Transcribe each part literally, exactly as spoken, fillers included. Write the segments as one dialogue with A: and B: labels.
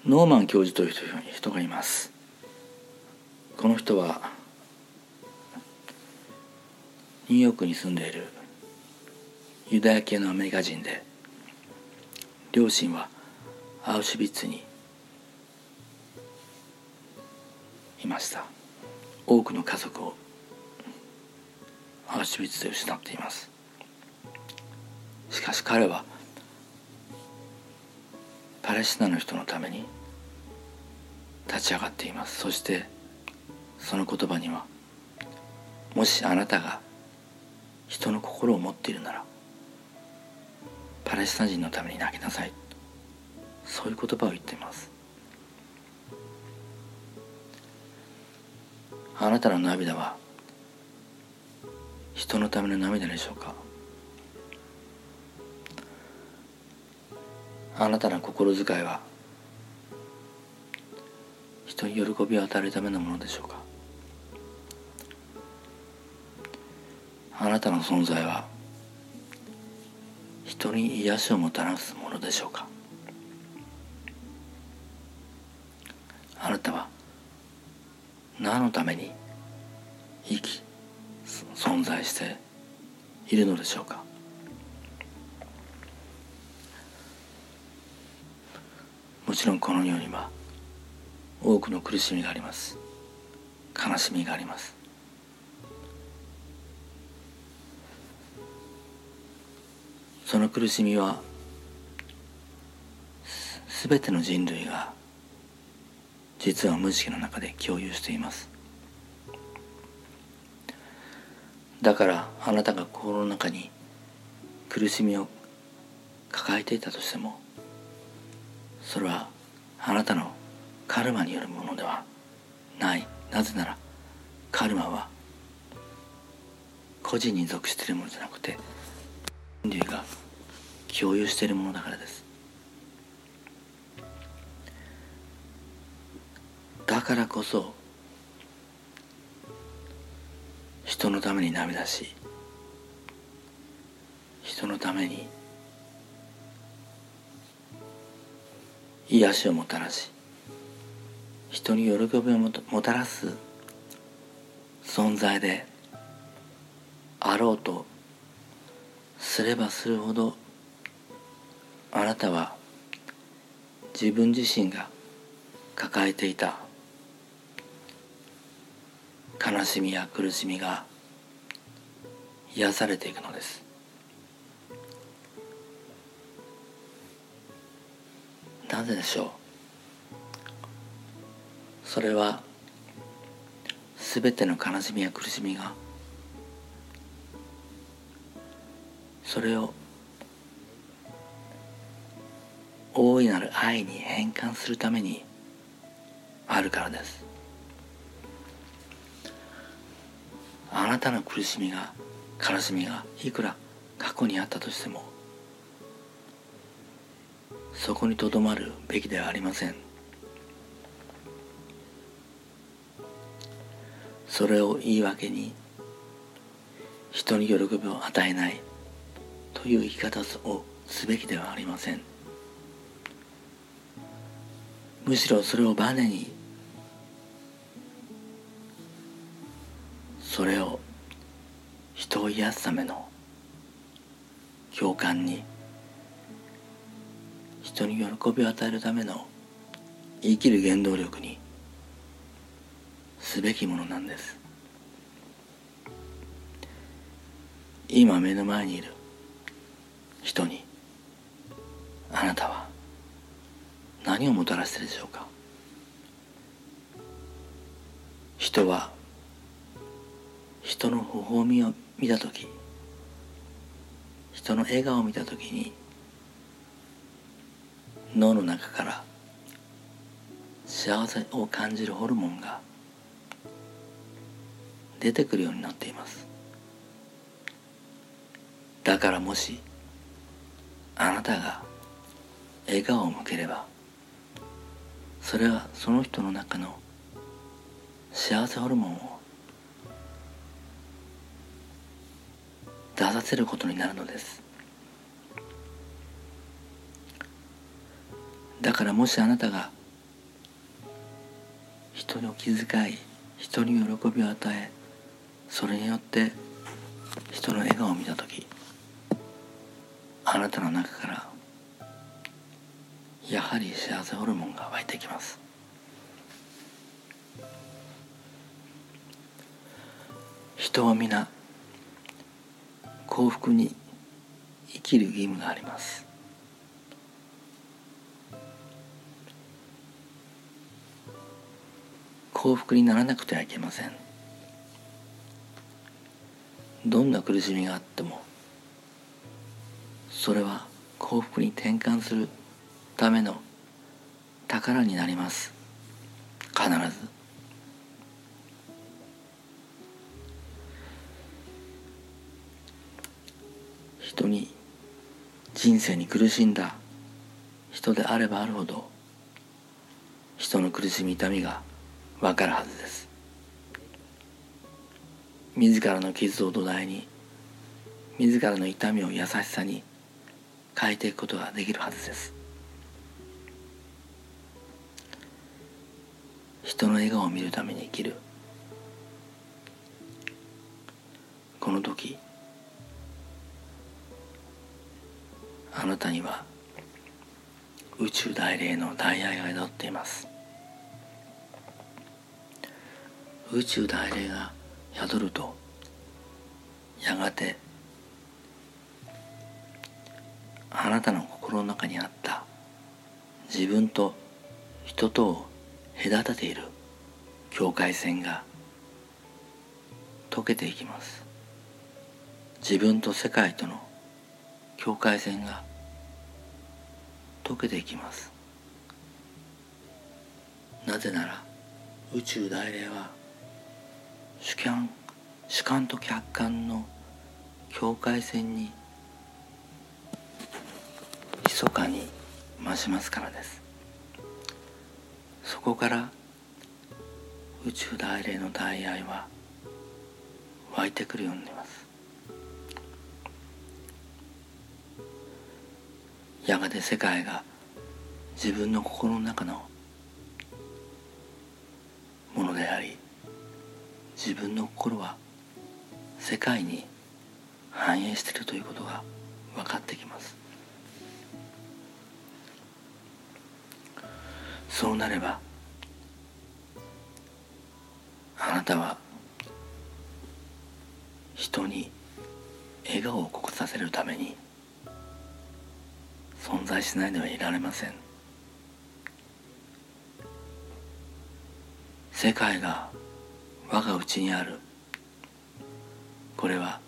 A: ノーマン教授という人がいます。この人はニューヨークに住んでいるユダヤ系のアメリカ人で、両親はアウシュビッツにいました。多くの家族をアウシュビッツで失っています。しかし彼はパレスチナの人のために立ち上がっています。そしてその言葉には、もしあなたが人の心を持っているならパレスチナ人のために泣きなさい、そういう言葉を言っています。あなたの涙は人のための涙でしょうか。あなたの心遣いは人に喜びを与えるためのものでしょうか。あなたの存在は人に癒しをもたらすものでしょうか。あなたは何のために生き存在しているのでしょうか。もちろんこの世には多くの苦しみがあります。悲しみがあります。その苦しみはすべての人類が実は無意識の中で共有しています。だからあなたが心の中に苦しみを抱えていたとしても、それはあなたのカルマによるものではない。なぜならカルマは個人に属しているものじゃなくて人類が共有しているものだからです。だからこそ人のために涙し、人のために癒しをもたらし、人に喜びをもたらす存在であろうとすればするほど、あなたは自分自身が抱えていた悲しみや苦しみが癒されていくのです。なぜでしょう。それはすべての悲しみや苦しみが、それを大いなる愛に変換するためにあるからです。あなたの苦しみが悲しみがいくら過去にあったとしても、そこにとどまるべきではありません。それを言い訳に人に喜びを与えないという生き方をすべきではありません。むしろそれをバネに、それを人を癒すための共感に、人に喜びを与えるための生きる原動力にすべきものなんです。今目の前にいる人にあなたは何をもたらしているでしょうか。人は人の微笑みを見たとき、人の笑顔を見たときに、脳の中から幸せを感じるホルモンが出てくるようになっています。だからもしあなたが笑顔を向ければ、それはその人の中の幸せホルモンを出させることになるのです。だからもしあなたが人を気遣い、人に喜びを与え、それによって人の笑顔を見たとき、あなたの中からやはり幸せホルモンが湧いてきます。人は皆幸福に生きる義務があります。幸福にならなくてはいけません。どんな苦しみがあっても、それは幸福に転換するための宝になります。必ず。人に人生に苦しんだ人であればあるほど、人の苦しみ痛みがわかるはずです。自らの傷を土台に、自らの痛みを優しさに変えていくことができるはずです。人の笑顔を見るために生きる。この時、あなたには宇宙大霊の大愛が宿っています。宇宙大霊が宿ると、やがてあなたの心の中にあった自分と人とを隔てている境界線が溶けていきます。自分と世界との境界線が溶けていきます。なぜなら宇宙大霊は主観、主観と客観の境界線に密かに増しますからです。そこから宇宙大霊の大愛は湧いてくるようになります。やがて世界が自分の心の中のものであり、自分の心は世界に反映しているということが分かってきます。そうなれば、あなたは人に笑顔をこさせるために存在しないではいられません。世界が我が内にある。これは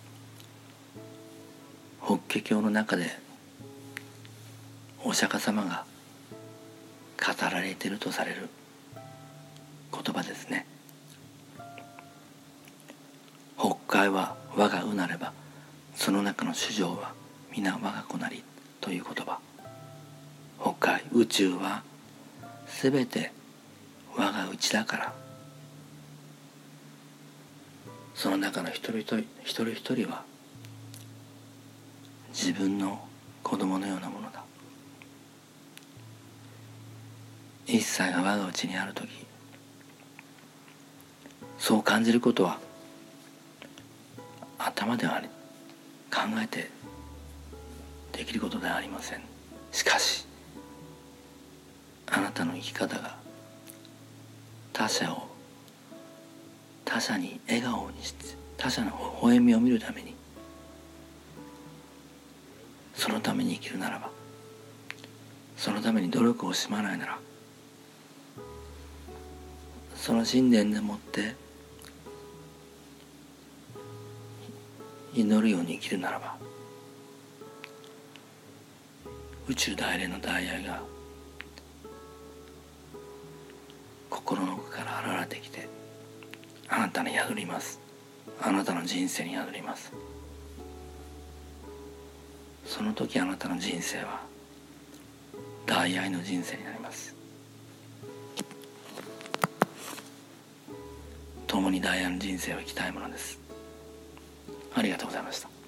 A: 法華経の中でお釈迦様が語られているとされる言葉ですね。北海は我がうなれば、その中の主情は皆我が子なりという言葉。北海、宇宙はすべて我が内だから、その中の一人一人一人一人は自分の子供のようなものだ。一切が我が内にあるとき、そう感じることは頭では考えてできることではありません。しかしあなたの生き方が他者を他者に笑顔にして、他者の微笑みを見るために、そのために生きるならば、そのために努力を惜しまないなら、その信念でもって祈るように生きるならば、宇宙大霊の大愛が心の奥から現れてきて、あなたに宿ります。あなたの人生に宿ります。その時あなたの人生は大愛の人生になります。共に大愛の人生を生きたいものです。ありがとうございました。